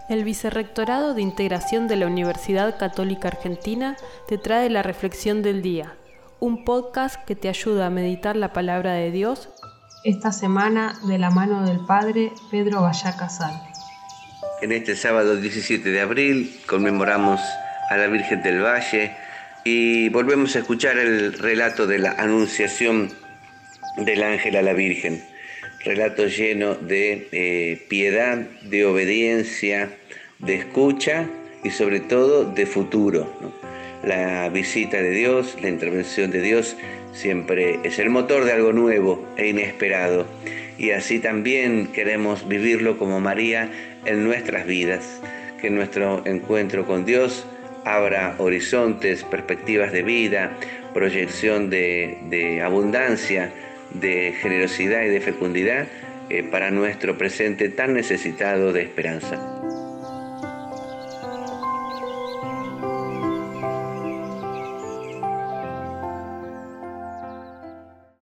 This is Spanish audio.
El Vicerrectorado de Integración de la Universidad Católica Argentina te trae la Reflexión del Día, un podcast que te ayuda a meditar la palabra de Dios esta semana de la mano del Padre Pedro Gallá Casal. En este sábado 17 de abril conmemoramos a la Virgen del Valle y volvemos a escuchar el relato de la Anunciación del ángel a la Virgen. Relato lleno de piedad, de obediencia, de escucha y sobre todo de futuro, ¿no? La visita de Dios, la intervención de Dios siempre es el motor de algo nuevo e inesperado. Y así también queremos vivirlo como María en nuestras vidas, que nuestro encuentro con Dios abra horizontes, perspectivas de vida, proyección de abundancia, de generosidad y de fecundidad para nuestro presente tan necesitado de esperanza.